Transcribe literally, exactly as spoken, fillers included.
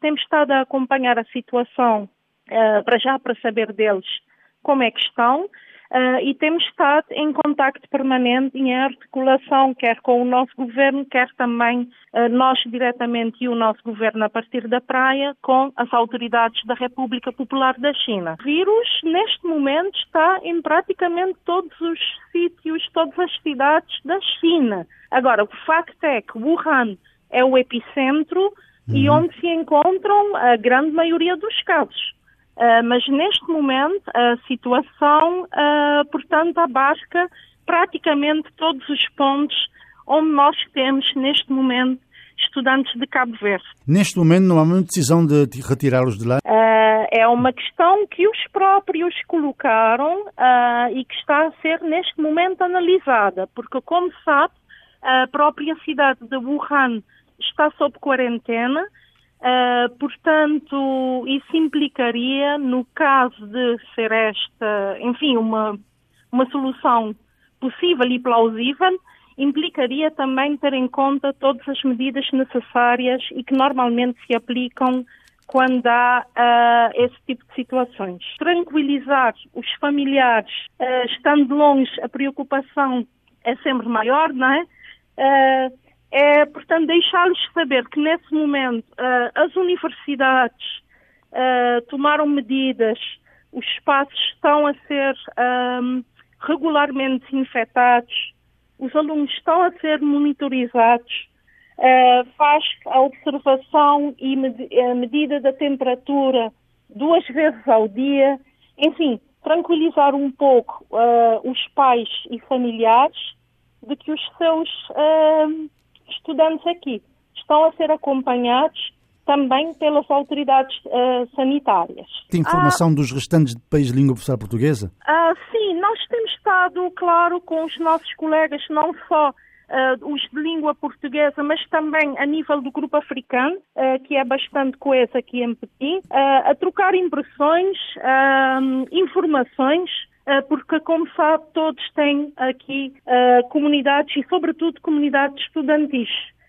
temos estado a acompanhar a situação uh, para já para saber deles como é que estão. Uh, e temos estado em contacto permanente, em articulação, quer com o nosso governo, quer também uh, nós diretamente e o nosso governo a partir da praia, com as autoridades da República Popular da China. O vírus, neste momento, está em praticamente todos os sítios, todas as cidades da China. Agora, o facto é que Wuhan é o epicentro uhum. e onde se encontram a grande maioria dos casos. Uh, mas neste momento a situação, uh, portanto, abarca praticamente todos os pontos onde nós temos neste momento estudantes de Cabo Verde. Neste momento não há uma decisão de retirá-los de lá? Uh, é uma questão que os próprios colocaram uh, e que está a ser neste momento analisada, porque como sabe, a própria cidade de Wuhan está sob quarentena. Uh, portanto, isso implicaria, no caso de ser esta, enfim, uma, uma solução possível e plausível, implicaria também ter em conta todas as medidas necessárias e que normalmente se aplicam quando há uh, esse tipo de situações. Tranquilizar os familiares, uh, estando longe, a preocupação é sempre maior, não é? Uh, É, portanto, deixá-los saber que, nesse momento, uh, as universidades uh, tomaram medidas, os espaços estão a ser um, regularmente desinfetados, os alunos estão a ser monitorizados, uh, faz a observação e med- a medida da temperatura duas vezes ao dia, enfim, tranquilizar um pouco uh, os pais e familiares de que os seus uh, estudantes aqui estão a ser acompanhados também pelas autoridades uh, sanitárias. Tem informação ah, dos restantes de países de língua oficial portuguesa? Ah, sim, nós temos estado, claro, com os nossos colegas, não só uh, os de língua portuguesa, mas também a nível do grupo africano, uh, que é bastante coeso aqui em Pequim, uh, a trocar impressões, uh, informações, uh, porque, como sabe, todos têm aqui uh, comunidades e, sobretudo, comunidades estudantis.